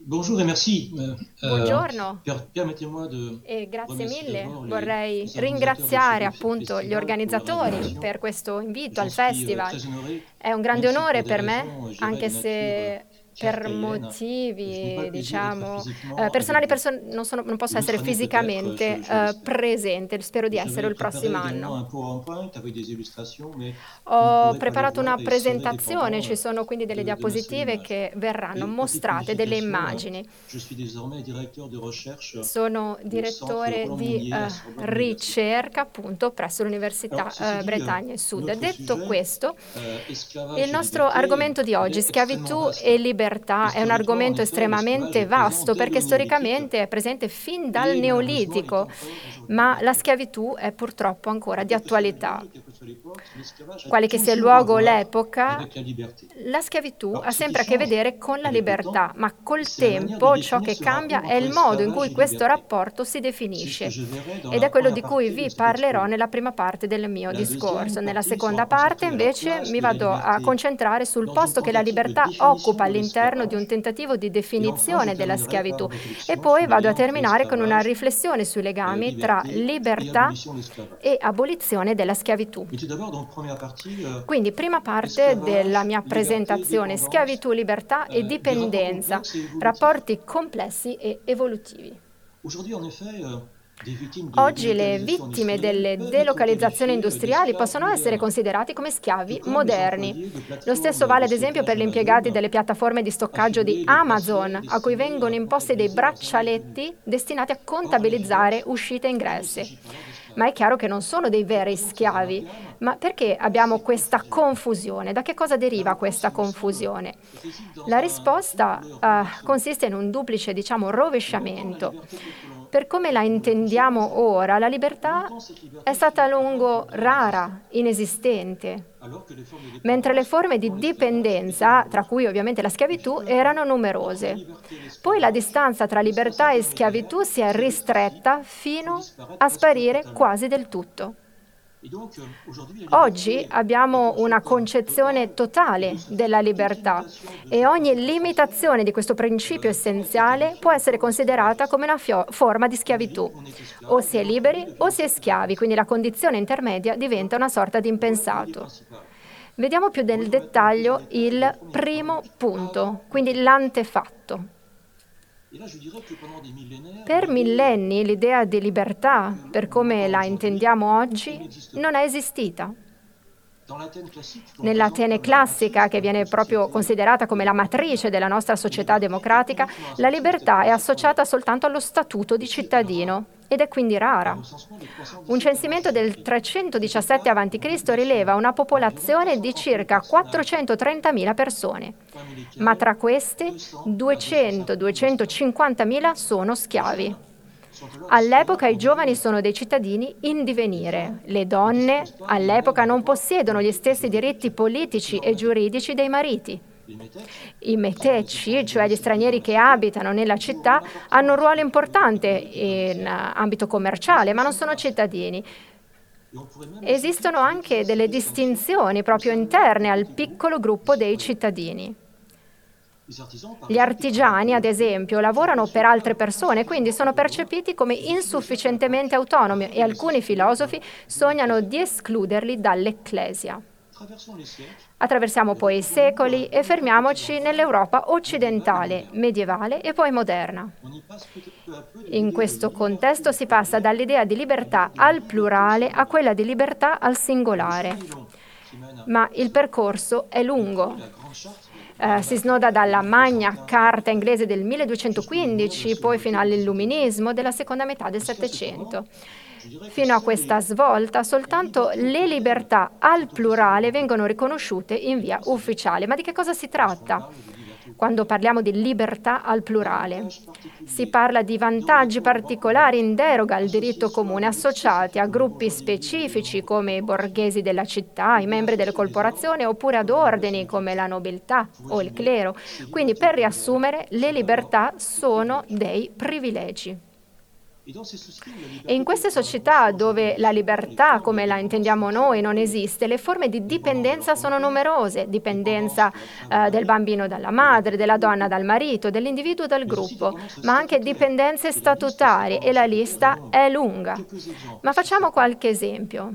Bonjour et merci. Buongiorno Permettez-moi de e grazie remercier mille. d'abord Vorrei les organisateurs de ringraziare ce appunto gli festival pour leur organizzatori invitation. per questo invito J'en al suis festival. très honoré, È un grande même si onore pour des per me, raisons, je dirais, anche de nature se per kafkaïenne, je n'ai pas motivi, le plaisir d'être diciamo, physiquement avec personali, vous. non Et posso vous le essere serez peut-être, fisicamente je l'espère. presente. Spero di Et essere j'avais il préparé prossimo également anno. un PowerPoint avec des illustrations, mais vous ne Ho pourrez pas les preparato una voir et serez presentazione, dépendant ci sono quindi delle de ma seule diapositive image. che verranno Et petite mostrate, delle modification, immagini. je suis désormais directeur de recherche Sono au Centre direttore Roland di Mounier à Sorbonne Université. ricerca appunto presso Alors, l'Università ceci dit, Bretagna Sud. notre Detto sujet, questo, il esclavage et nostro liberté, argomento di il oggi, est extrêmement schiavitù vaste. e libertà, è un Historiquement, en argomento effet, l'esclavage estremamente est présent vasto dès le perché néolithique storicamente è presente fin dal et malheureusement, il est Neolitico, encore aujourd'hui ma la d'actualité. schiavitù è purtroppo ancora di Quel que soit le attualità. lieu, quelle que soit l'époque, l'esclavage a Quale che sia il toujours à luogo o voir l'epoca, avec la liberté. la schiavitù Alors, ha ce qui sempre a che change vedere con la avec le libertà, temps, ma col c'est la manière de tempo ciò définir che ce cambia rapport è entre il modo in cui esclavage et questo liberté. rapporto si C'est ce que definisce. je verrai dans Ed è la quello première di cui partie de vi cette parlerò expo. nella prima parte del mio La deuxième discorso. Nella partie seconda sera parte, consacrée à la invece, place mi de la vado a liberté concentrare sul dans une posto che la tentative de libertà définition occupa de all'interno di un l'esclavage. tentativo di Et enfin, je definizione della terminerai par schiavitù. une E réflexion poi sur le vado a lien entre terminare con una esclavage, riflessione sui legami tra liberté et libertà abolition de l'esclavage. e abolizione della schiavitù. Mais tout d'abord, donc première partie, Quindi, prima parte della esclavage, mia liberté, presentazione, dépendance, schiavitù, libertà e des rapports dipendenza, complexes et évolutifs. rapporti complessi e evolutivi. Aujourd'hui, en effet, des victimes de Oggi le délocalisation vittime industrielle delle peuvent être delocalizzazioni qualifiées industriali d'esclaves possono essere modernes, considerati come tout schiavi comme les moderni. employés de Lo stesso plateformes vale de ad esempio per gli stockage impiegati Amazon, delle piattaforme di stoccaggio di affublés de bracelets Amazon, a cui destinés vengono à imposti dei comptabiliser leurs entrées et braccialetti dépenses. destinati a Or, à contabilizzare l'évidence, uscite e il ne ingressi. s'agit pas là Ma d'esclavage. è chiaro che non sono dei veri Comprenons ces schiavi. amalgames Ma perché et abbiamo ces questa confusions. confusione? Da che cosa La deriva réponse, questa il me semble, confusione? réside La dans un risposta double renversement. consiste in un duplice, diciamo, De longtemps, la rovesciamento. liberté telle que Per come la l'on la concevait intendiamo était ora, la de libertà longtemps cette è liberté stata a fut apparue lungo comme bien inexistante, rara, inesistente, alors que les formes de mentre le dépendance, forme di dont l'esclavage, étaient dipendenza, tra nombreuses. cui ovviamente la Et puis schiavitù, peu à peu, erano entre la numerose. liberté et Poi la l'esclavage, distanza tra l'espace libertà e intermédiaire schiavitù si è s'est rétréci, ristretta pour fino disparaître a presque sparire totalement. quasi del tutto. Et donc, aujourd'hui, la Oggi liberté est abbiamo una perçue comme concezione totale, et de totale ce della fait, toute libertà limitation de e ce ogni principe essentiel limitazione di questo principio tend à être essenziale qualifiée può de essere forme considerata come esclavagistique. una forma di On est schiavitù. libre, on est O esclave, si et è l'employé liberi o devient si è ensuite un schiavi, quindi impensé. la condizione intermedia diventa Alors, una sorta di voilà l'idée impensato. principale. Vediamo più nel Voyons maintenant plus en dettaglio détail le il premier primo étage, punto, avant quindi l'esclavage. l'antefatto. Et là, je dirais que pendant des millénaires, Per l'idée millenni l'idea di libertà, per on come entend la aujourd'hui, intendiamo elle oggi, n'existe non pas. è esistita. Dans l'Athènes classique, qu'on présente Nell'Atene comme la classica, matrice che de viene notre proprio société considerata come la démocratique, matrice della nostra la società liberté était democratica, uniquement la associée à quelques libertà è citoyens. associata soltanto allo statuto di Et c'est une rare. cittadino ed è quindi Un rara. recensement de Un 317 avant censimento del Jésus-Christ fait 317 état d'une a.C. population rileva una d'environ popolazione di 430 000 circa personnes à l'époque, 430.000 persone, parmi ma lesquelles tra queste 200 à 250 000 esclaves. 200-250.000 sono Les schiavi. jeunes sont alors des citoyens All'epoca i en giovani devenir. sono dei cittadini in Les divenire. femmes Le ne donne disposent pas des all'epoca mêmes non droits possiedono gli politiques et stessi diritti juridiques que politici leurs e maîtres. giuridici dei mariti. Les métèques, I qui sont les metecci, étrangers cioè gli résidant dans stranieri la che cité, abitano nella jouent un rôle città, important hanno dans un la ruolo structure importante économique et in commerciale ambito de commerciale, cette ma non ancienne sono race. cittadini. Et on pourrait même citer Esistono qu'il anche existe delle ces distinctions distinzioni au proprio sein même d'un interne al petit groupe piccolo des gruppo dei citoyens. cittadini. Les artisans, par Gli exemple, qui travaillent artigiani, pour ad autrui, esempio, sont lavorano per perçus altre comme persone, quindi insuffisamment sono autonomes percepiti come et subordonnés à insufficientemente l'époque autonomi afin e de les alcuni exclure filosofi de sognano l'ecclésia. di escluderli dall'ecclesia. Traversons les siècles Attraversiamo et poi i retrouvons-nous secoli dans e l'Europe fermiamoci occidentale, nell'Europa médiévale et occidentale, moderne. medievale e poi moderna. On y passe peu à peu de In l'idée de questo liberté contesto au si passa pluriel dall'idea di à libertà l'idée de al liberté au plurale a singulier. quella di libertà al Le singolare. chemin est long qui mène Ma à il cela. percorso è Depuis lungo. la Grande Charte Si diplomatique snoda de dalla Magna 1215 en Carta Angleterre inglese del jusqu'aux lois de la 1215, poi fino souveraineté du XVIIe. all'Illuminismo della seconda metà del Jusqu'à ce Settecento. tournant, je dirais que Fino a seules questa les svolta, soltanto libertés au le pluriel libertà al sont officiellement plurale reconnues. vengono riconosciute in De via quoi s'agit-il ufficiale. Ma di che cosa si lorsqu'on tratta parle de liberté au quando pluriel? parliamo di libertà al plurale? D'avantages Si particuliers parla di vantaggi dérogatoires au droit commun, particolari in deroga al associés diritto soit à comune, des groupes associati a spécifiques comme les gruppi bourgeois des villes ou les specifici membres des come i corporations, borghesi della città, ou i bien membri delle associés à des ordres corporazioni, oppure ad comme la noblesse ordini come médiatique. la nobiltà Pour o il résumer, clero. ces Quindi, libertés au per pluriel riassumere, le sont d'abord libertà des sono privilèges. dei privilegi. E in queste società dove la libertà, come la intendiamo noi, non esiste, le forme di dipendenza sono numerose: dipendenza del bambino dalla madre, della donna dal marito, dell'individuo dal gruppo, ma anche dipendenze statutarie, e la lista è lunga. Ma facciamo qualche esempio.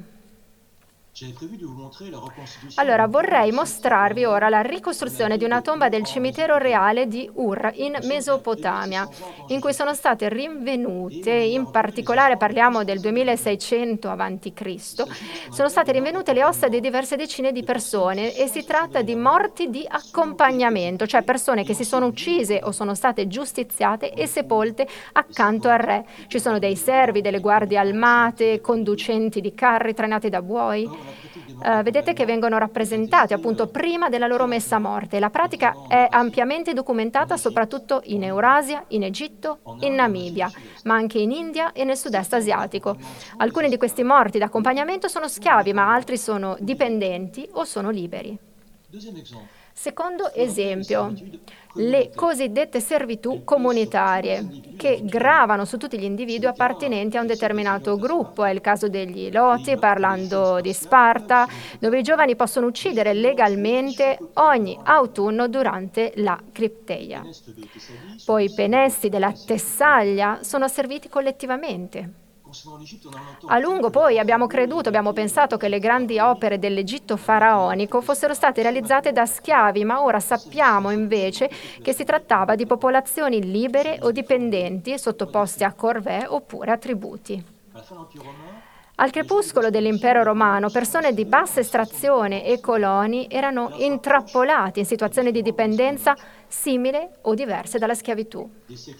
Allora, vorrei mostrarvi ora la ricostruzione di una tomba del cimitero reale di Ur in Mesopotamia, in cui sono state rinvenute, in particolare parliamo del 2600 a.C., sono state rinvenute le ossa di diverse decine di persone, e si tratta di morti di accompagnamento, cioè persone che si sono uccise o sono state giustiziate e sepolte accanto al re. Ci sono dei servi, delle guardie armate, conducenti di carri trainati da buoi. Vedete che vengono rappresentati appunto prima della loro messa a morte. La pratica è ampiamente documentata soprattutto in Eurasia, in Egitto, in Namibia, ma anche in India e nel sud-est asiatico. Alcuni di questi morti d'accompagnamento sono schiavi, ma altri sono dipendenti o sono liberi. Secondo esempio, le cosiddette servitù comunitarie, che gravano su tutti gli individui appartenenti a un determinato gruppo. È il caso degli Iloti, parlando di Sparta, dove i giovani possono uccidere legalmente ogni autunno durante la cripteia. Poi i penesti della Tessaglia sono asserviti collettivamente. A lungo poi abbiamo pensato che le grandi opere dell'Egitto faraonico fossero state realizzate da schiavi, ma ora sappiamo invece che si trattava di popolazioni libere o dipendenti sottoposte a corvée oppure a tributi. Al crepuscolo dell'impero romano, persone di bassa estrazione e coloni erano intrappolati in situazioni di dipendenza simile o diverse dalla schiavitù.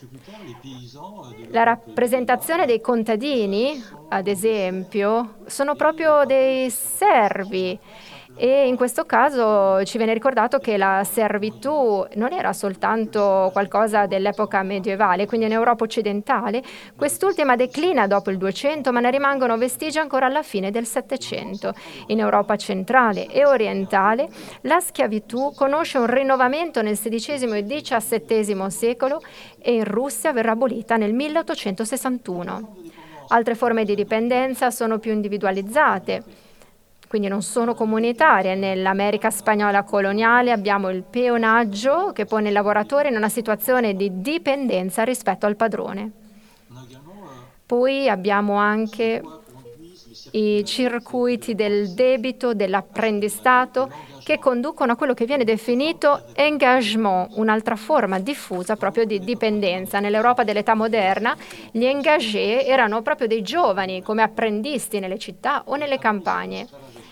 La rappresentazione dei contadini, ad esempio, sono proprio dei servi. E in questo caso ci viene ricordato che la servitù non era soltanto qualcosa dell'epoca medievale, quindi in Europa occidentale. Quest'ultima declina dopo il 200, ma ne rimangono vestigi ancora alla fine del 700. In Europa centrale e orientale la schiavitù conosce un rinnovamento nel XVI e XVII secolo, e in Russia verrà abolita nel 1861. Altre forme di dipendenza sono più individualizzate, quindi non sono comunitarie. Nell'America spagnola coloniale abbiamo il peonaggio, che pone il lavoratore in una situazione di dipendenza rispetto al padrone. Poi abbiamo anche i circuiti del debito, dell'apprendistato, che conducono a quello che viene definito engagement, un'altra forma diffusa proprio di dipendenza. Nell'Europa dell'età moderna gli engagés erano proprio dei giovani, come apprendisti nelle città o nelle campagne.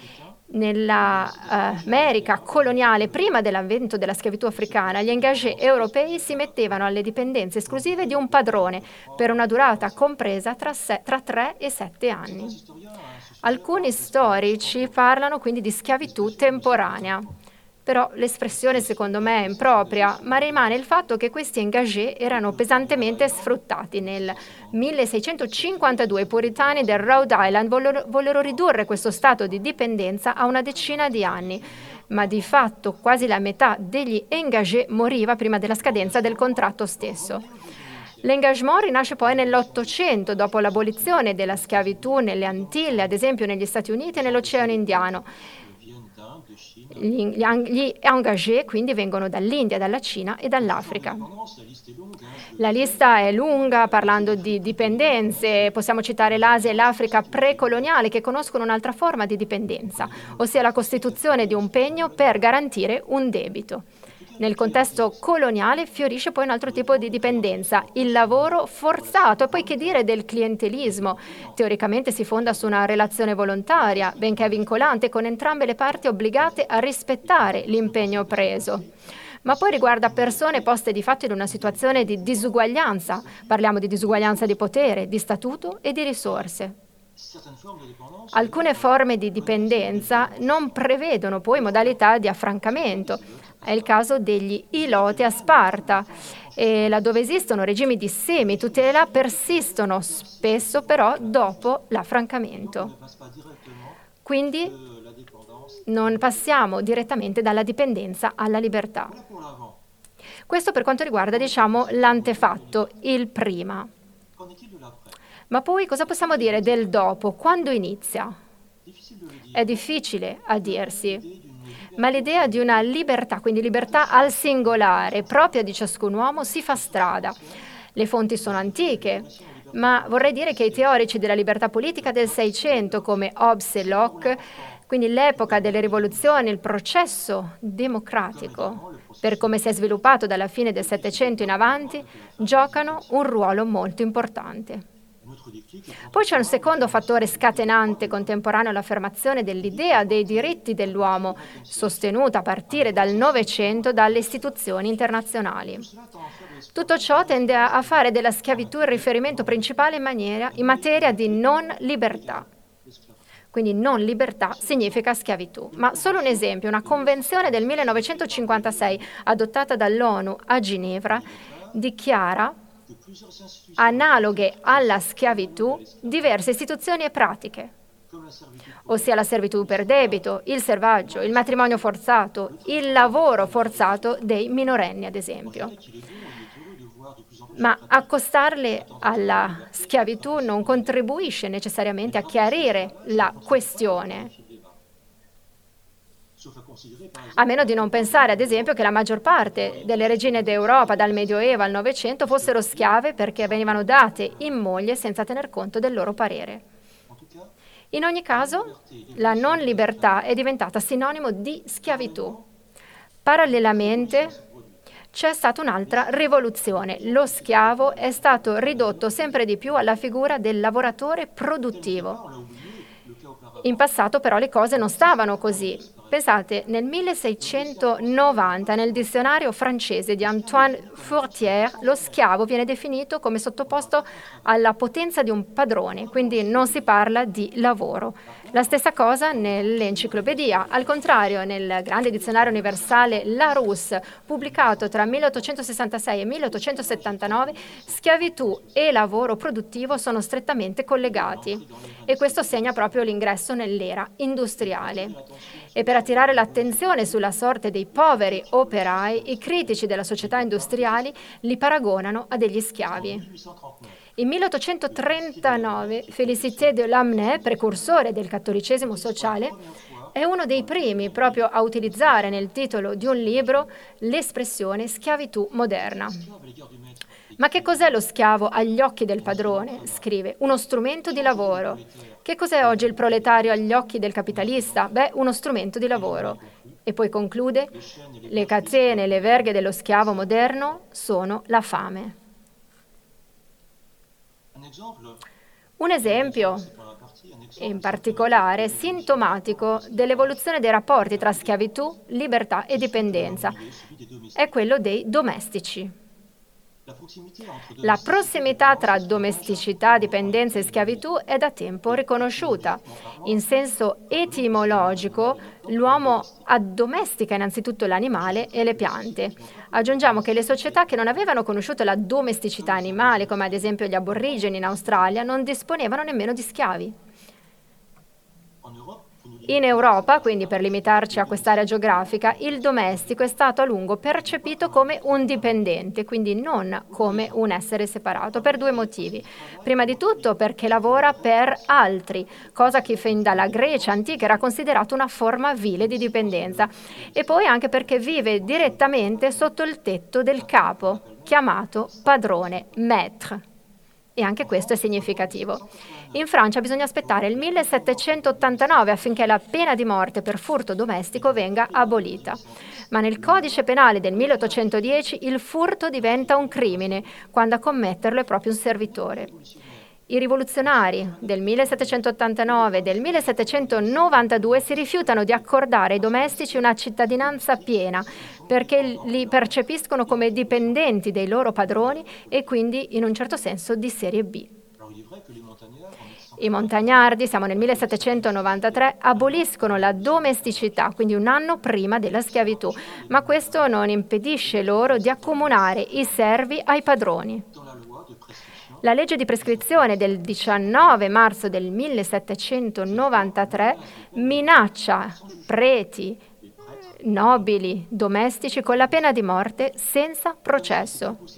Nell'America coloniale, prima dell'avvento della schiavitù africana, gli engagés europei si mettevano alle dipendenze esclusive di un padrone per una durata compresa tra 3 e 7 anni. Alcuni storici parlano quindi di schiavitù temporanea. Però l'espressione secondo me è impropria, ma rimane il fatto che questi engagés erano pesantemente sfruttati. Nel 1652 i puritani del Rhode Island vollero ridurre questo stato di dipendenza a una decina di anni, ma di fatto quasi la metà degli engagés moriva prima della scadenza del contratto stesso. L'engagement rinasce poi nell'Ottocento, dopo l'abolizione della schiavitù nelle Antille, ad esempio negli Stati Uniti e nell'Oceano Indiano. Gli engagés quindi vengono dall'India, dalla Cina e dall'Africa. La lista è lunga, parlando di dipendenze. Possiamo citare l'Asia e l'Africa precoloniale, che conoscono un'altra forma di dipendenza, ossia la costituzione di un pegno per garantire un debito. Nel contesto coloniale fiorisce poi un altro tipo di dipendenza, il lavoro forzato. E poi che dire del clientelismo? Teoricamente si fonda su una relazione volontaria, benché vincolante, con entrambe le parti obbligate a rispettare l'impegno preso. Ma poi riguarda persone poste di fatto in una situazione di disuguaglianza. Parliamo di disuguaglianza di potere, di statuto e di risorse. Alcune forme di dipendenza non prevedono poi modalità di affrancamento. È il caso degli Iloti a Sparta, laddove esistono regimi di semitutela, persistono spesso però dopo l'affrancamento. Quindi non passiamo direttamente dalla dipendenza alla libertà. Questo per quanto riguarda, l'antefatto, il prima. Ma poi cosa possiamo dire del dopo? Quando inizia? È difficile a dirsi, ma l'idea di una libertà, quindi libertà al singolare, propria di ciascun uomo, si fa strada. Le fonti sono antiche, ma vorrei dire che i teorici della libertà politica del Seicento, come Hobbes e Locke, quindi l'epoca delle rivoluzioni, il processo democratico, per come si è sviluppato dalla fine del Settecento in avanti, giocano un ruolo molto importante. Poi c'è un secondo fattore scatenante contemporaneo all'affermazione dell'idea dei diritti dell'uomo, sostenuta a partire dal Novecento dalle istituzioni internazionali. Tutto ciò tende a fare della schiavitù il riferimento principale in materia di non libertà. Quindi non libertà significa schiavitù. Ma solo un esempio, una convenzione del 1956 adottata dall'ONU a Ginevra dichiara analoghe alla schiavitù diverse istituzioni e pratiche, ossia la servitù per debito, il servaggio, il matrimonio forzato, il lavoro forzato dei minorenni, ad esempio. Ma accostarle alla schiavitù non contribuisce necessariamente a chiarire la questione, a meno di non pensare, ad esempio, che la maggior parte delle regine d'Europa dal Medioevo al Novecento fossero schiave perché venivano date in moglie senza tener conto del loro parere. In ogni caso, la non libertà è diventata sinonimo di schiavitù. Parallelamente, c'è stata un'altra rivoluzione. Lo schiavo è stato ridotto sempre di più alla figura del lavoratore produttivo. In passato però le cose non stavano così. Pensate, nel 1690, nel dizionario francese di Antoine Fourtière, lo schiavo viene definito come sottoposto alla potenza di un padrone, quindi non si parla di lavoro. La stessa cosa nell'enciclopedia. Al contrario, nel grande dizionario universale Larousse, pubblicato tra 1866 e 1879, schiavitù e lavoro produttivo sono strettamente collegati. E questo segna proprio l'ingresso nell'era industriale. E per attirare l'attenzione sulla sorte dei poveri operai, i critici della società industriali li paragonano a degli schiavi. In 1839 Félicité de Lamennais, precursore del cattolicesimo sociale, è uno dei primi proprio a utilizzare nel titolo di un libro l'espressione schiavitù moderna. Ma che cos'è lo schiavo agli occhi del padrone? Scrive, uno strumento di lavoro. Che cos'è oggi il proletario agli occhi del capitalista? Beh, uno strumento di lavoro. E poi conclude, le catene e le verghe dello schiavo moderno sono la fame. Un esempio, in particolare, sintomatico dell'evoluzione dei rapporti tra schiavitù, libertà e dipendenza, è quello dei domestici. La prossimità tra domesticità, dipendenza e schiavitù è da tempo riconosciuta. In senso etimologico, l'uomo addomestica innanzitutto l'animale e le piante. Aggiungiamo che le società che non avevano conosciuto la domesticità animale, come ad esempio gli aborigeni in Australia, non disponevano nemmeno di schiavi. In Europa, quindi per limitarci a quest'area geografica, il domestico è stato a lungo percepito come un dipendente, quindi non come un essere separato, per due motivi. Prima di tutto perché lavora per altri, cosa che fin dalla Grecia antica era considerata una forma vile di dipendenza, e poi anche perché vive direttamente sotto il tetto del capo, chiamato padrone, maître. E anche questo è significativo. In Francia bisogna aspettare il 1789 affinché la pena di morte per furto domestico venga abolita. Ma nel codice penale del 1810 il furto diventa un crimine quando a commetterlo è proprio un servitore. I rivoluzionari del 1789 e del 1792 si rifiutano di accordare ai domestici una cittadinanza piena perché li percepiscono come dipendenti dei loro padroni e quindi in un certo senso di serie B. I montagnardi, siamo nel 1793, aboliscono la domesticità, quindi un anno prima della schiavitù, ma questo non impedisce loro di accomunare i servi ai padroni. La legge di prescrizione del 19 marzo del 1793 minaccia preti, nobili, domestici con la pena di morte senza processo.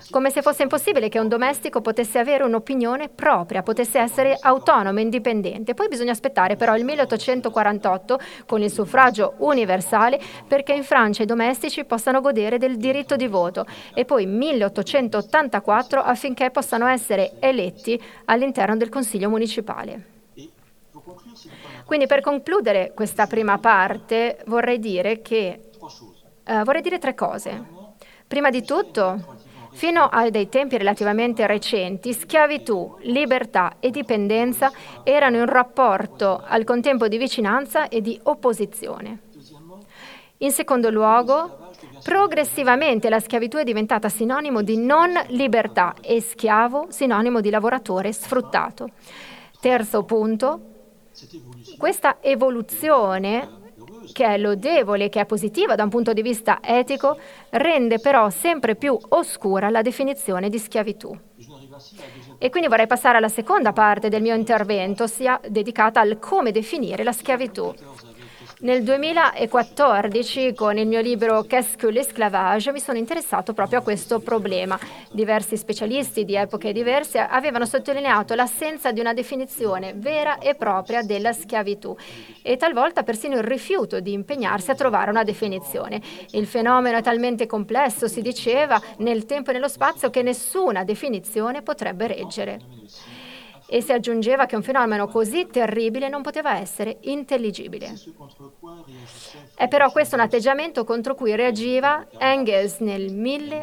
come se fosse impossibile che un domestico potesse avere un'opinione propria, potesse essere autonomo, indipendente. Poi bisogna aspettare però il 1848 con il suffragio universale perché in Francia i domestici possano godere del diritto di voto e poi 1884 affinché possano essere eletti all'interno del Consiglio municipale. Quindi per concludere questa prima parte vorrei dire tre cose. Prima di tutto, fino a dei tempi relativamente recenti, schiavitù, libertà e dipendenza erano in rapporto al contempo di vicinanza e di opposizione. In secondo luogo, progressivamente la schiavitù è diventata sinonimo di non libertà e schiavo sinonimo di lavoratore sfruttato. Terzo punto, questa evoluzione, che è lodevole, che è positiva da un punto di vista etico, rende però sempre più oscura la definizione di schiavitù. E quindi vorrei passare alla seconda parte del mio intervento, sia dedicata al come definire la schiavitù. Nel 2014, con il mio libro Qu'est-ce que l'esclavage, mi sono interessato proprio a questo problema. Diversi specialisti di epoche diverse avevano sottolineato l'assenza di una definizione vera e propria della schiavitù e talvolta persino il rifiuto di impegnarsi a trovare una definizione. Il fenomeno è talmente complesso, si diceva, nel tempo e nello spazio, che nessuna definizione potrebbe reggere. E si aggiungeva che un fenomeno così terribile non poteva essere intelligibile. È però questo un atteggiamento contro cui reagiva Engels nel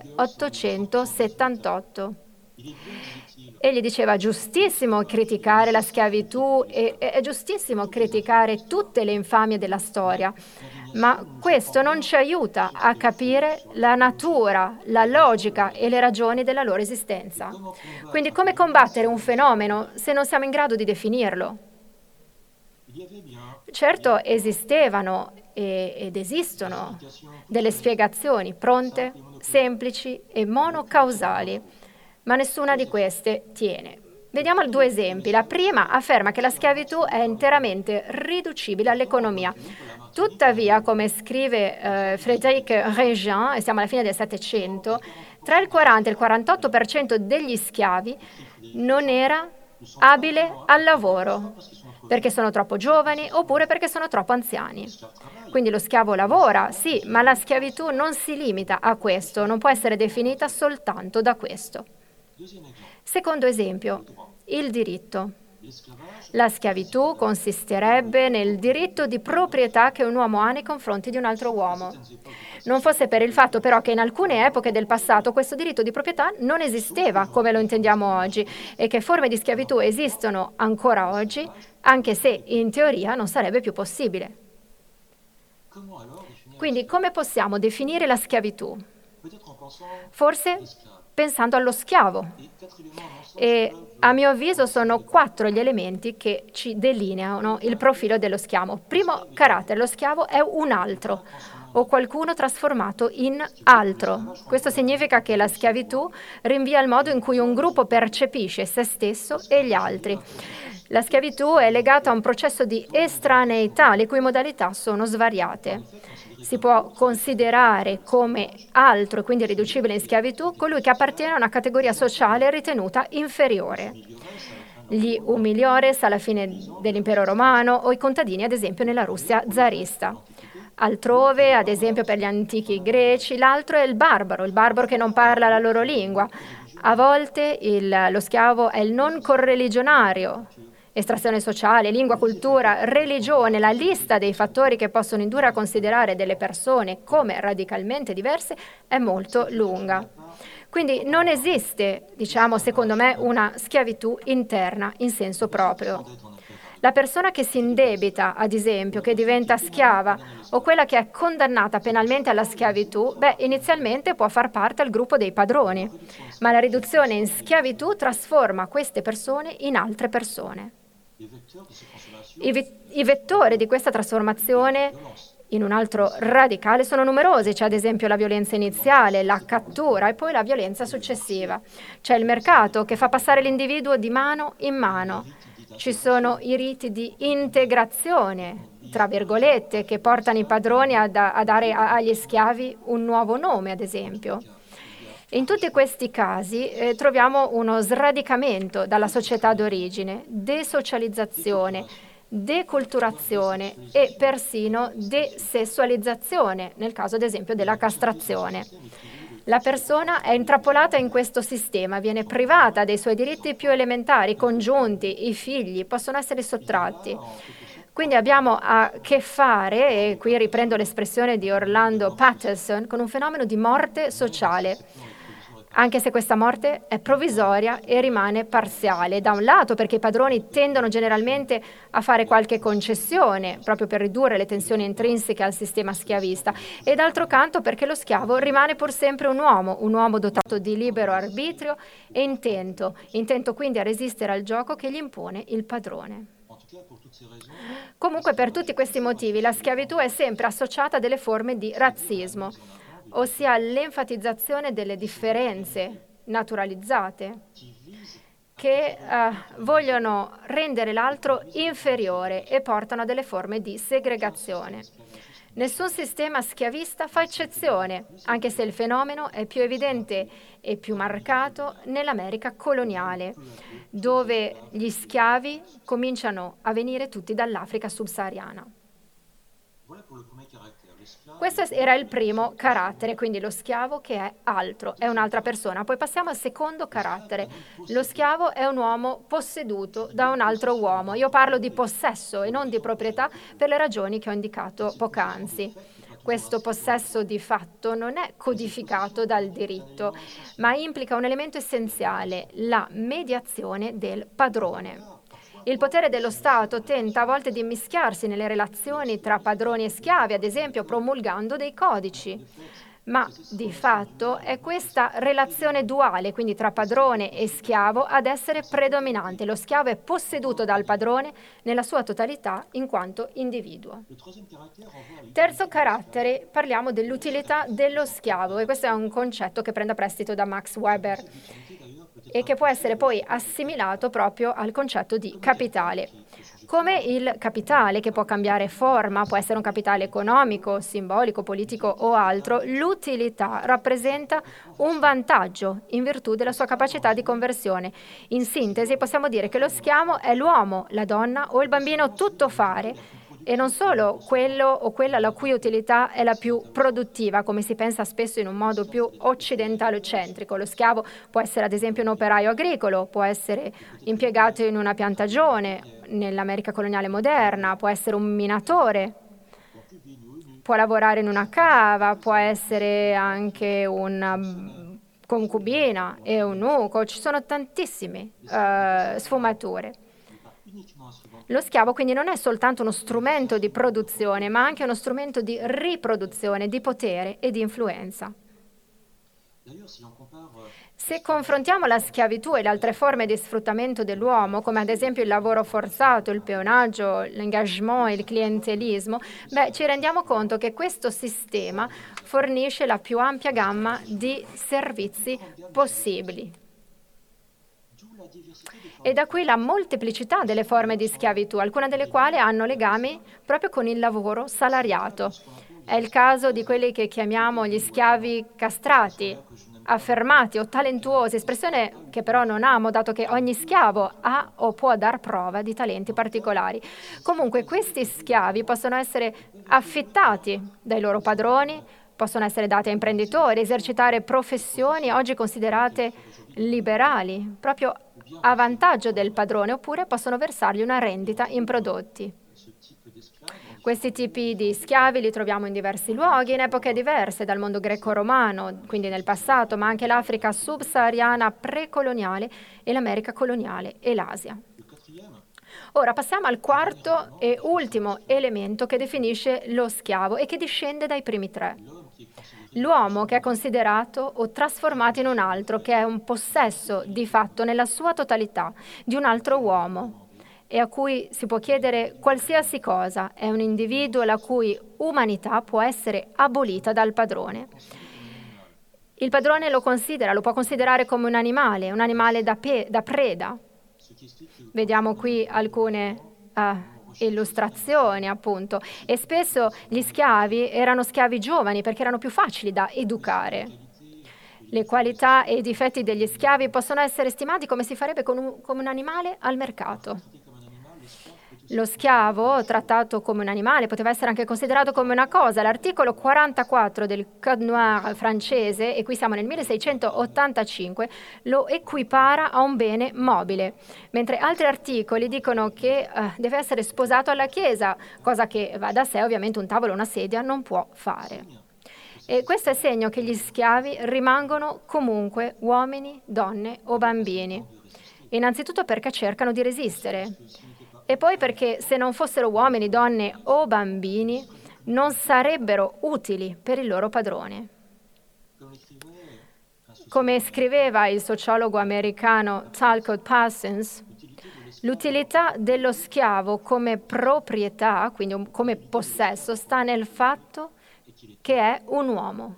1878. Egli diceva: giustissimo criticare la schiavitù e è giustissimo criticare tutte le infamie della storia, ma questo non ci aiuta a capire la natura, la logica e le ragioni della loro esistenza. Quindi come combattere un fenomeno se non siamo in grado di definirlo? Certo, esistevano ed esistono delle spiegazioni pronte, semplici e monocausali, ma nessuna di queste tiene. Vediamo due esempi. La prima afferma che la schiavitù è interamente riducibile all'economia. Tuttavia, come scrive Frédéric Régin, e siamo alla fine del Settecento, tra il 40 e il 48% degli schiavi non era abile al lavoro, perché sono troppo giovani oppure perché sono troppo anziani. Quindi lo schiavo lavora, sì, ma la schiavitù non si limita a questo, non può essere definita soltanto da questo. Secondo esempio, il diritto. La schiavitù consisterebbe nel diritto di proprietà che un uomo ha nei confronti di un altro uomo. Non fosse per il fatto però che in alcune epoche del passato questo diritto di proprietà non esisteva come lo intendiamo oggi e che forme di schiavitù esistono ancora oggi, anche se in teoria non sarebbe più possibile. Quindi come possiamo definire la schiavitù? Forse pensando allo schiavo. E a mio avviso sono 4 gli elementi che ci delineano il profilo dello schiavo. Primo carattere, lo schiavo è un altro o qualcuno trasformato in altro. Questo significa che la schiavitù rinvia al modo in cui un gruppo percepisce se stesso e gli altri. La schiavitù è legata a un processo di estraneità, le cui modalità sono svariate. Si può considerare come altro, quindi riducibile in schiavitù, colui che appartiene a una categoria sociale ritenuta inferiore. Gli umiliores alla fine dell'impero romano o i contadini, ad esempio, nella Russia zarista. Altrove, ad esempio per gli antichi greci, l'altro è il barbaro che non parla la loro lingua. A volte lo schiavo è il non correligionario. Estrazione sociale, lingua, cultura, religione, la lista dei fattori che possono indurre a considerare delle persone come radicalmente diverse è molto lunga. Quindi non esiste, secondo me, una schiavitù interna in senso proprio. La persona che si indebita, ad esempio, che diventa schiava, o quella che è condannata penalmente alla schiavitù, inizialmente può far parte al gruppo dei padroni, ma la riduzione in schiavitù trasforma queste persone in altre persone. I vettori di questa trasformazione in un altro radicale sono numerosi. C'è ad esempio la violenza iniziale, la cattura e poi la violenza successiva. C'è il mercato che fa passare l'individuo di mano in mano. Ci sono i riti di integrazione, tra virgolette, che portano i padroni a dare agli schiavi un nuovo nome, ad esempio. In tutti questi casi troviamo uno sradicamento dalla società d'origine, desocializzazione, deculturazione e persino desessualizzazione, nel caso ad esempio della castrazione. La persona è intrappolata in questo sistema, viene privata dei suoi diritti più elementari, congiunti, i figli possono essere sottratti. Quindi abbiamo a che fare, e qui riprendo l'espressione di Orlando Patterson, con un fenomeno di morte sociale, anche se questa morte è provvisoria e rimane parziale. Da un lato perché i padroni tendono generalmente a fare qualche concessione, proprio per ridurre le tensioni intrinseche al sistema schiavista, e d'altro canto perché lo schiavo rimane pur sempre un uomo dotato di libero arbitrio e intento quindi a resistere al gioco che gli impone il padrone. Comunque, per tutti questi motivi, la schiavitù è sempre associata a delle forme di razzismo, ossia l'enfatizzazione delle differenze naturalizzate che vogliono rendere l'altro inferiore e portano a delle forme di segregazione. Nessun sistema schiavista fa eccezione, anche se il fenomeno è più evidente e più marcato nell'America coloniale, dove gli schiavi cominciano a venire tutti dall'Africa subsahariana. Questo era il primo carattere, quindi lo schiavo che è altro, è un'altra persona. Poi passiamo al secondo carattere. Lo schiavo è un uomo posseduto da un altro uomo. Io parlo di possesso e non di proprietà per le ragioni che ho indicato poc'anzi. Questo possesso di fatto non è codificato dal diritto, ma implica un elemento essenziale, la mediazione del padrone. Il potere dello Stato tenta a volte di immischiarsi nelle relazioni tra padroni e schiavi, ad esempio promulgando dei codici. Ma di fatto è questa relazione duale, quindi tra padrone e schiavo, ad essere predominante. Lo schiavo è posseduto dal padrone nella sua totalità in quanto individuo. Terzo carattere, parliamo dell'utilità dello schiavo, e questo è un concetto che prende a prestito da Max Weber e che può essere poi assimilato proprio al concetto di capitale. Come il capitale, che può cambiare forma, può essere un capitale economico, simbolico, politico o altro, l'utilità rappresenta un vantaggio in virtù della sua capacità di conversione. In sintesi, possiamo dire che lo schiavo è l'uomo, la donna o il bambino tuttofare, e non solo quello o quella la cui utilità è la più produttiva, come si pensa spesso in un modo più occidentalocentrico. Lo schiavo può essere ad esempio un operaio agricolo, può essere impiegato in una piantagione nell'America coloniale moderna, può essere un minatore, può lavorare in una cava, può essere anche una concubina e un eunuco, ci sono tantissime sfumature. Lo schiavo quindi non è soltanto uno strumento di produzione, ma anche uno strumento di riproduzione, di potere e di influenza. Se confrontiamo la schiavitù e le altre forme di sfruttamento dell'uomo, come ad esempio il lavoro forzato, il peonaggio, l'engagement e il clientelismo, ci rendiamo conto che questo sistema fornisce la più ampia gamma di servizi possibili. E da qui la molteplicità delle forme di schiavitù, alcune delle quali hanno legami proprio con il lavoro salariato. È il caso di quelli che chiamiamo gli schiavi castrati, affermati o talentuosi, espressione che però non amo, dato che ogni schiavo ha o può dar prova di talenti particolari. Comunque questi schiavi possono essere affittati dai loro padroni, possono essere dati a imprenditori, esercitare professioni oggi considerate liberali, proprio a vantaggio del padrone, oppure possono versargli una rendita in prodotti. Questi tipi di schiavi li troviamo in diversi luoghi, in epoche diverse, dal mondo greco-romano, quindi nel passato, ma anche l'Africa subsahariana precoloniale e l'America coloniale e l'Asia. Ora passiamo al quarto e ultimo elemento che definisce lo schiavo e che discende dai primi tre. L'uomo che è considerato o trasformato in un altro, che è un possesso di fatto nella sua totalità di un altro uomo e a cui si può chiedere qualsiasi cosa, è un individuo la cui umanità può essere abolita dal padrone. Il padrone lo può considerare come un animale da preda. Vediamo qui alcune illustrazioni, appunto, e spesso gli schiavi erano schiavi giovani perché erano più facili da educare. Le qualità e i difetti degli schiavi possono essere stimati come si farebbe come un animale al mercato. Lo schiavo, trattato come un animale, poteva essere anche considerato come una cosa. L'articolo 44 del Code Noir francese, e qui siamo nel 1685, lo equipara a un bene mobile, mentre altri articoli dicono che deve essere sposato alla Chiesa, cosa che va da sé, ovviamente un tavolo o una sedia non può fare. E questo è segno che gli schiavi rimangono comunque uomini, donne o bambini. Innanzitutto perché cercano di resistere. E poi perché se non fossero uomini, donne o bambini, non sarebbero utili per il loro padrone. Come scriveva il sociologo americano Talcott Parsons, l'utilità dello schiavo come proprietà, quindi come possesso, sta nel fatto che è un uomo.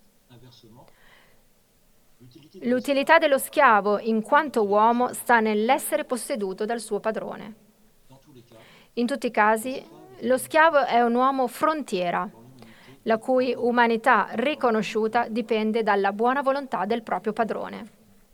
L'utilità dello schiavo in quanto uomo sta nell'essere posseduto dal suo padrone. In tutti i casi, lo schiavo è un uomo frontiera, la cui umanità riconosciuta dipende dalla buona volontà del proprio padrone.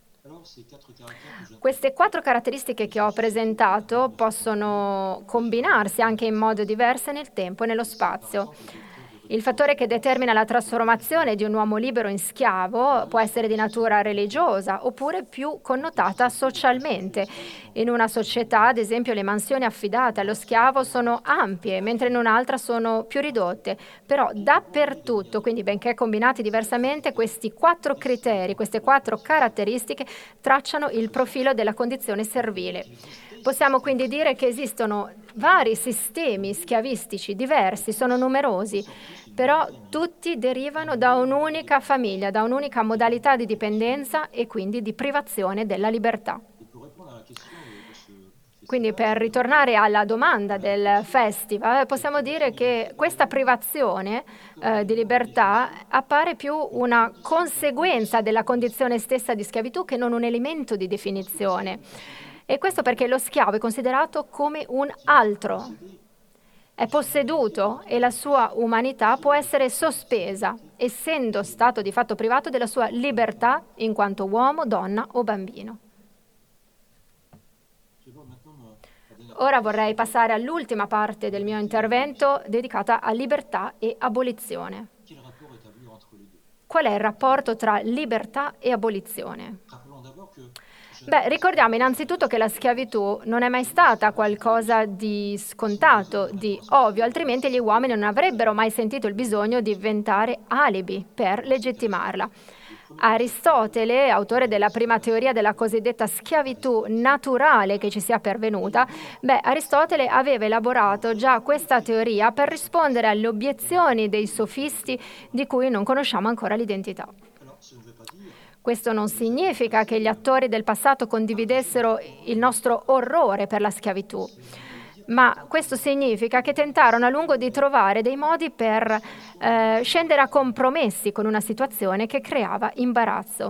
Queste 4 caratteristiche che ho presentato possono combinarsi anche in modo diverso nel tempo e nello spazio. Il fattore che determina la trasformazione di un uomo libero in schiavo può essere di natura religiosa oppure più connotata socialmente. In una società, ad esempio, le mansioni affidate allo schiavo sono ampie, mentre in un'altra sono più ridotte. Però dappertutto, quindi benché combinati diversamente, questi 4 criteri, queste 4 caratteristiche tracciano il profilo della condizione servile. Possiamo quindi dire che esistono vari sistemi schiavistici diversi, sono numerosi, però tutti derivano da un'unica famiglia, da un'unica modalità di dipendenza e quindi di privazione della libertà. Quindi per ritornare alla domanda del festival, possiamo dire che questa privazione di libertà appare più una conseguenza della condizione stessa di schiavitù che non un elemento di definizione. E questo perché lo schiavo è considerato come un altro, è posseduto e la sua umanità può essere sospesa, essendo stato di fatto privato della sua libertà in quanto uomo, donna o bambino. Ora vorrei passare all'ultima parte del mio intervento dedicata a libertà e abolizione. Qual è il rapporto tra libertà e abolizione? Beh, ricordiamo innanzitutto che la schiavitù non è mai stata qualcosa di scontato, di ovvio, altrimenti gli uomini non avrebbero mai sentito il bisogno di inventare alibi per legittimarla. Aristotele, autore della prima teoria della cosiddetta schiavitù naturale che ci sia pervenuta, Aristotele aveva elaborato già questa teoria per rispondere alle obiezioni dei sofisti di cui non conosciamo ancora l'identità. Questo non significa che gli attori del passato condividessero il nostro orrore per la schiavitù, ma questo significa che tentarono a lungo di trovare dei modi per scendere a compromessi con una situazione che creava imbarazzo.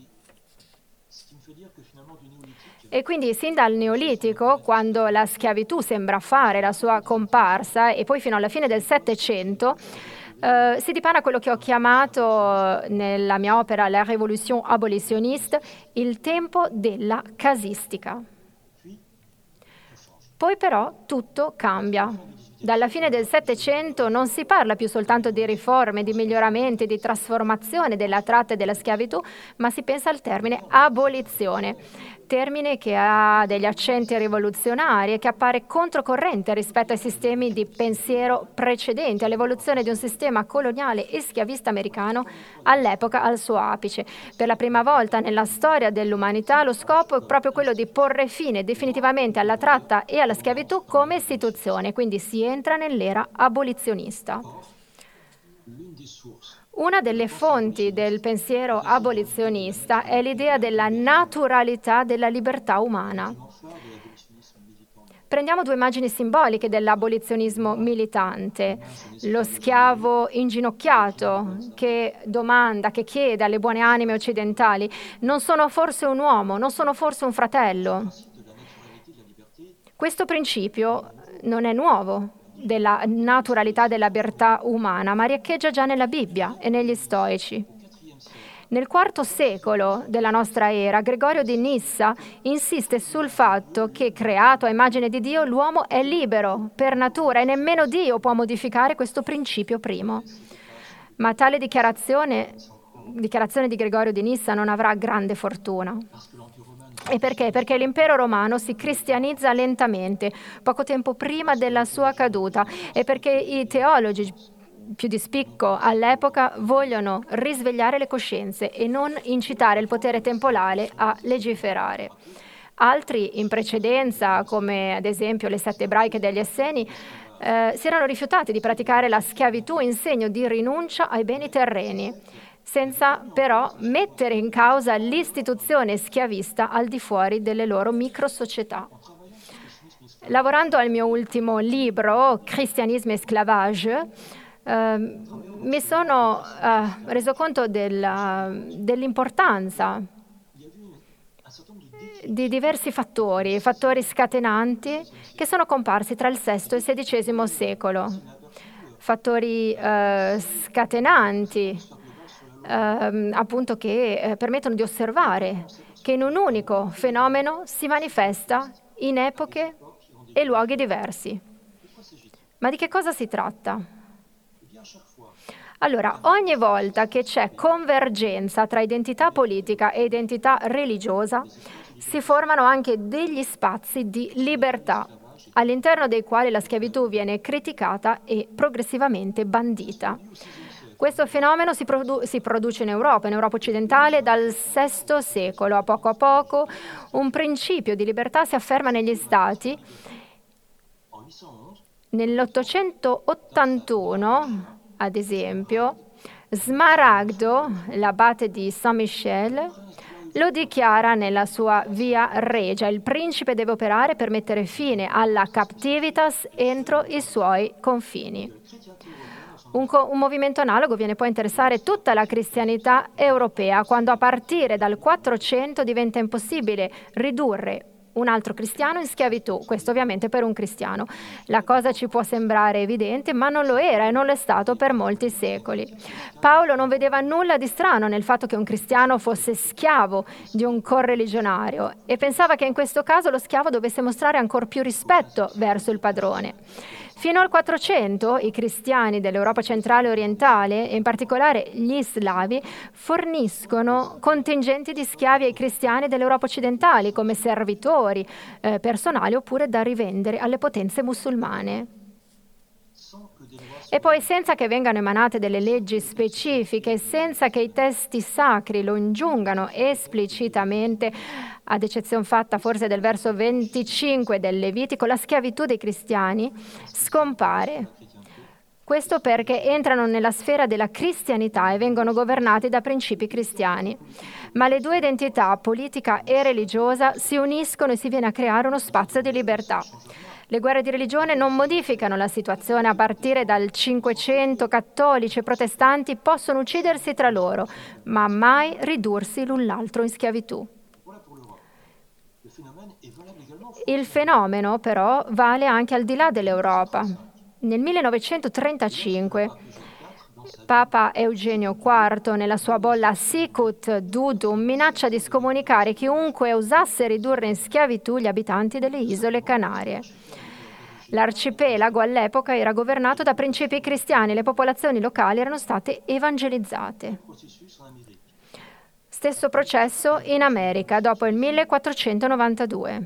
E quindi sin dal Neolitico, quando la schiavitù sembra fare la sua comparsa, e poi fino alla fine del Settecento, si dipana quello che ho chiamato nella mia opera La Révolution abolitionniste il tempo della casistica. Poi però tutto cambia. Dalla fine del Settecento non si parla più soltanto di riforme, di miglioramenti, di trasformazione della tratta e della schiavitù, ma si pensa al termine abolizione, termine che ha degli accenti rivoluzionari e che appare controcorrente rispetto ai sistemi di pensiero precedenti, all'evoluzione di un sistema coloniale e schiavista americano all'epoca al suo apice. Per la prima volta nella storia dell'umanità lo scopo è proprio quello di porre fine definitivamente alla tratta e alla schiavitù come istituzione, quindi si entra nell'era abolizionista. Una delle fonti del pensiero abolizionista è l'idea della naturalità della libertà umana. Prendiamo 2 immagini simboliche dell'abolizionismo militante. Lo schiavo inginocchiato che domanda, che chiede alle buone anime occidentali: non sono forse un uomo, non sono forse un fratello? Questo principio non è nuovo, della naturalità della libertà umana, ma riecheggia già nella Bibbia e negli Stoici. Nel IV secolo della nostra era, Gregorio di Nissa insiste sul fatto che, creato a immagine di Dio, l'uomo è libero per natura e nemmeno Dio può modificare questo principio primo. Ma tale dichiarazione di Gregorio di Nissa non avrà grande fortuna. E perché? Perché l'impero romano si cristianizza lentamente, poco tempo prima della sua caduta, e perché i teologi più di spicco all'epoca vogliono risvegliare le coscienze e non incitare il potere temporale a legiferare. Altri in precedenza, come ad esempio le sette ebraiche degli Esseni, si erano rifiutati di praticare la schiavitù in segno di rinuncia ai beni terreni, senza però mettere in causa l'istituzione schiavista al di fuori delle loro microsocietà. Lavorando al mio ultimo libro, Christianisme et Esclavage, mi sono reso conto dell'importanza di diversi fattori scatenanti che sono comparsi tra il VI e il XVI secolo. Fattori scatenanti, appunto, che permettono di osservare che in un unico fenomeno si manifesta in epoche e luoghi diversi. Ma di che cosa si tratta? Allora, ogni volta che c'è convergenza tra identità politica e identità religiosa, si formano anche degli spazi di libertà, all'interno dei quali la schiavitù viene criticata e progressivamente bandita. Questo fenomeno si produce in Europa occidentale dal VI secolo. A poco un principio di libertà si afferma negli Stati. Nell'881, ad esempio, Smaragdo, l'abate di Saint-Michel, lo dichiara nella sua Via Regia: il principe deve operare per mettere fine alla captivitas entro i suoi confini. Un movimento analogo viene poi a interessare tutta la cristianità europea, quando a partire dal 400 diventa impossibile ridurre un altro cristiano in schiavitù, questo ovviamente per un cristiano. La cosa ci può sembrare evidente, ma non lo era e non lo è stato per molti secoli. Paolo non vedeva nulla di strano nel fatto che un cristiano fosse schiavo di un correligionario e pensava che in questo caso lo schiavo dovesse mostrare ancor più rispetto verso il padrone. Fino al 400 i cristiani dell'Europa centrale e orientale, e in particolare gli slavi, forniscono contingenti di schiavi ai cristiani dell'Europa occidentale come servitori personali oppure da rivendere alle potenze musulmane. E poi, senza che vengano emanate delle leggi specifiche, senza che i testi sacri lo ingiungano esplicitamente, ad eccezione fatta forse del verso 25 del Levitico, la schiavitù dei cristiani scompare. Questo perché entrano nella sfera della cristianità e vengono governati da principi cristiani. Ma le due identità, politica e religiosa, si uniscono e si viene a creare uno spazio di libertà. Le guerre di religione non modificano la situazione. A partire dal 500 cattolici e protestanti possono uccidersi tra loro, ma mai ridursi l'un l'altro in schiavitù. Il fenomeno, però, vale anche al di là dell'Europa. Nel 1935, Papa Eugenio IV, nella sua bolla Sicut Dudum, minaccia di scomunicare chiunque osasse ridurre in schiavitù gli abitanti delle isole Canarie. L'arcipelago all'epoca era governato da principi cristiani e le popolazioni locali erano state evangelizzate. Stesso processo in America dopo il 1492.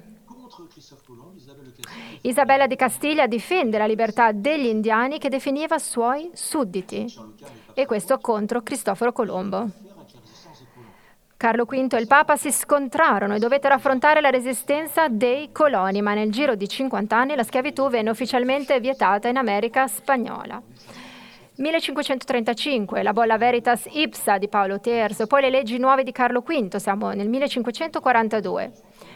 Isabella di Castiglia difende la libertà degli indiani che definiva suoi sudditi, e questo contro Cristoforo Colombo. Carlo V e il Papa si scontrarono e dovettero affrontare la resistenza dei coloni, ma nel giro di 50 anni la schiavitù venne ufficialmente vietata in America spagnola. 1535, la bolla Veritas Ipsa di Paolo III, poi le leggi nuove di Carlo V, siamo nel 1542.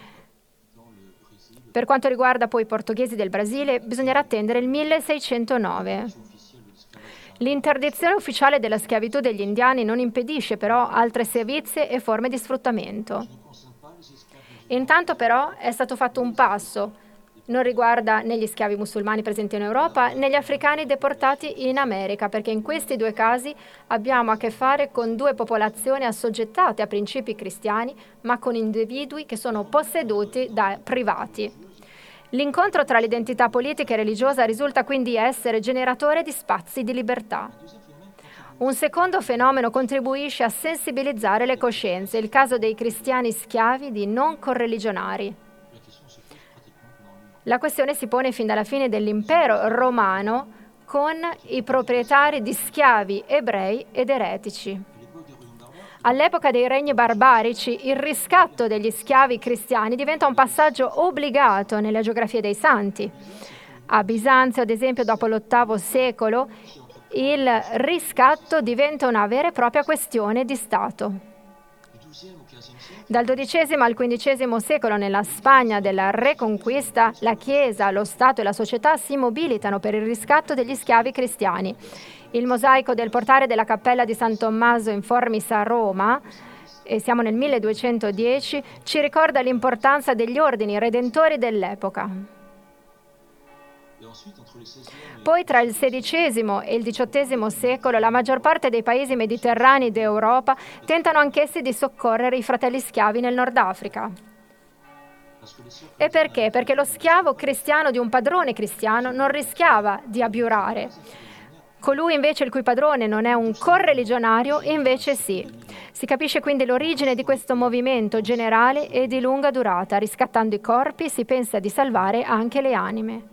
Per quanto riguarda poi i portoghesi del Brasile, bisognerà attendere il 1609. L'interdizione ufficiale della schiavitù degli indiani non impedisce però altre sevizie e forme di sfruttamento. Intanto però è stato fatto un passo non riguarda né gli schiavi musulmani presenti in Europa né gli africani deportati in America, perché in questi due casi abbiamo a che fare con due popolazioni assoggettate a principi cristiani, ma con individui che sono posseduti da privati. L'incontro tra l'identità politica e religiosa risulta quindi essere generatore di spazi di libertà. Un secondo fenomeno contribuisce a sensibilizzare le coscienze, il caso dei cristiani schiavi di non correligionari. La questione si pone fin dalla fine dell'impero romano con i proprietari di schiavi ebrei ed eretici. All'epoca dei regni barbarici, il riscatto degli schiavi cristiani diventa un passaggio obbligato nella geografia dei santi. A Bisanzio, ad esempio, dopo l'VIII secolo, il riscatto diventa una vera e propria questione di Stato. Dal XII al XV secolo, nella Spagna della Reconquista, la Chiesa, lo Stato e la società si mobilitano per il riscatto degli schiavi cristiani. Il mosaico del portale della cappella di San Tommaso in Formis a Roma, e siamo nel 1210, ci ricorda l'importanza degli ordini redentori dell'epoca. Poi tra il XVI e il XVIII secolo la maggior parte dei paesi mediterranei d'Europa tentano anch'essi di soccorrere i fratelli schiavi nel Nord Africa. E perché? Perché lo schiavo cristiano di un padrone cristiano non rischiava di abiurare. Colui invece il cui padrone non è un correligionario invece sì. Si capisce quindi l'origine di questo movimento generale e di lunga durata. Riscattando i corpi si pensa di salvare anche le anime.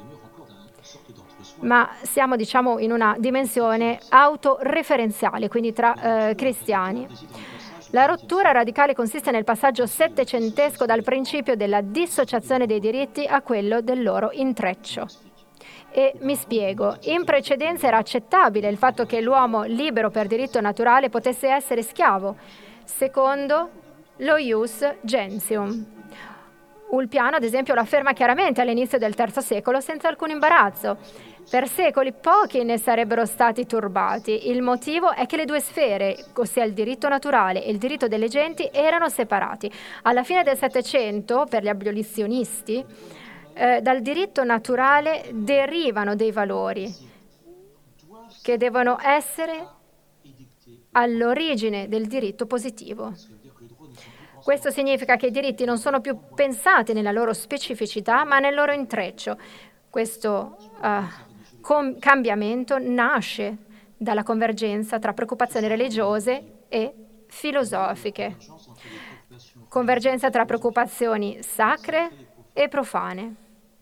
Ma siamo, diciamo, in una dimensione autoreferenziale, quindi tra cristiani. La rottura radicale consiste nel passaggio settecentesco dal principio della dissociazione dei diritti a quello del loro intreccio. E mi spiego, in precedenza era accettabile il fatto che l'uomo libero per diritto naturale potesse essere schiavo, secondo lo ius gentium. Ulpiano, ad esempio, lo afferma chiaramente all'inizio del III secolo senza alcun imbarazzo. Per secoli pochi ne sarebbero stati turbati. Il motivo è che le due sfere, ossia il diritto naturale e il diritto delle genti, erano separati. Alla fine del Settecento, per gli abolizionisti, dal diritto naturale derivano dei valori che devono essere all'origine del diritto positivo. Questo significa che i diritti non sono più pensati nella loro specificità, ma nel loro intreccio. Questo cambiamento nasce dalla convergenza tra preoccupazioni religiose e filosofiche, convergenza tra preoccupazioni sacre e profane.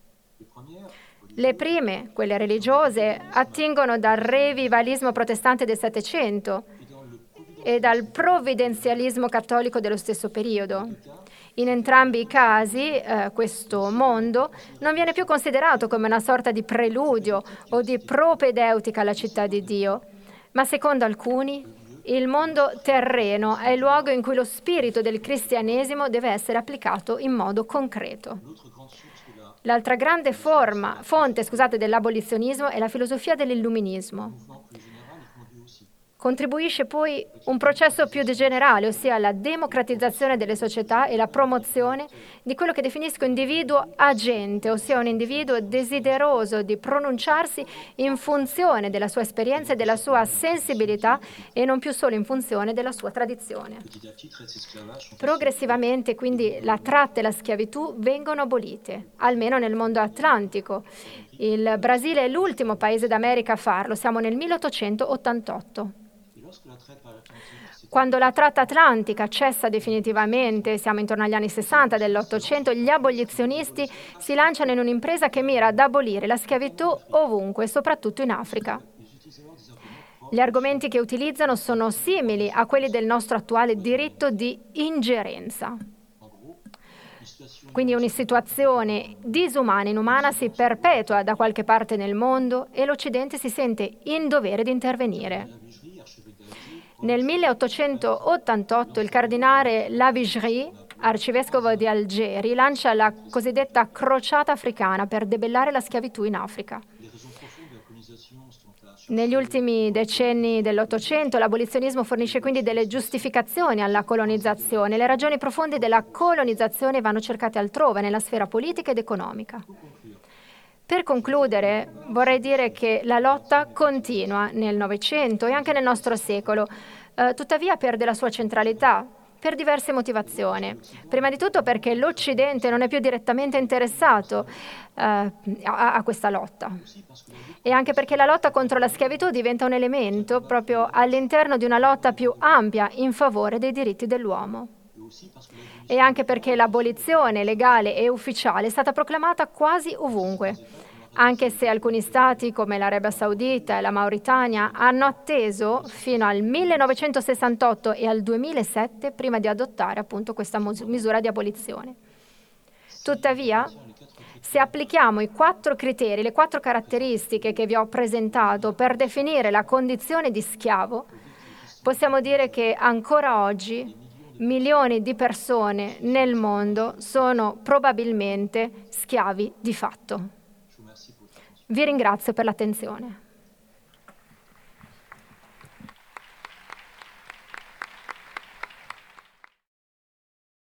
Le prime, quelle religiose, attingono dal revivalismo protestante del Settecento e dal provvidenzialismo cattolico dello stesso periodo. In entrambi i casi, questo mondo non viene più considerato come una sorta di preludio o di propedeutica alla città di Dio, ma secondo alcuni, il mondo terreno è il luogo in cui lo spirito del cristianesimo deve essere applicato in modo concreto. L'altra grande fonte dell'abolizionismo è la filosofia dell'illuminismo. Contribuisce poi un processo più generale, ossia la democratizzazione delle società e la promozione di quello che definisco individuo agente, ossia un individuo desideroso di pronunciarsi in funzione della sua esperienza e della sua sensibilità e non più solo in funzione della sua tradizione. Progressivamente, quindi, la tratta e la schiavitù vengono abolite, almeno nel mondo atlantico. Il Brasile è l'ultimo paese d'America a farlo, siamo nel 1888. Quando la tratta atlantica cessa definitivamente, siamo intorno agli anni 60 dell'Ottocento, gli abolizionisti si lanciano in un'impresa che mira ad abolire la schiavitù ovunque, soprattutto in Africa. Gli argomenti che utilizzano sono simili a quelli del nostro attuale diritto di ingerenza. Quindi una situazione disumana, inumana, si perpetua da qualche parte nel mondo e l'Occidente si sente in dovere di intervenire. Nel 1888 il cardinale Lavigerie, arcivescovo di Algeri, lancia la cosiddetta crociata africana per debellare la schiavitù in Africa. Negli ultimi decenni dell'Ottocento l'abolizionismo fornisce quindi delle giustificazioni alla colonizzazione. Le ragioni profonde della colonizzazione vanno cercate altrove, nella sfera politica ed economica. Per concludere, vorrei dire che la lotta continua nel Novecento e anche nel nostro secolo, tuttavia perde la sua centralità per diverse motivazioni. Prima di tutto perché l'Occidente non è più direttamente interessato a questa lotta. E anche perché la lotta contro la schiavitù diventa un elemento proprio all'interno di una lotta più ampia in favore dei diritti dell'uomo. E anche perché l'abolizione legale e ufficiale è stata proclamata quasi ovunque, anche se alcuni stati come l'Arabia Saudita e la Mauritania hanno atteso fino al 1968 e al 2007 prima di adottare appunto questa misura di abolizione. Tuttavia, se applichiamo i 4 criteri, le 4 caratteristiche che vi ho presentato per definire la condizione di schiavo, possiamo dire che ancora oggi milioni di persone nel mondo sono probabilmente schiavi di fatto. Vi ringrazio per l'attenzione.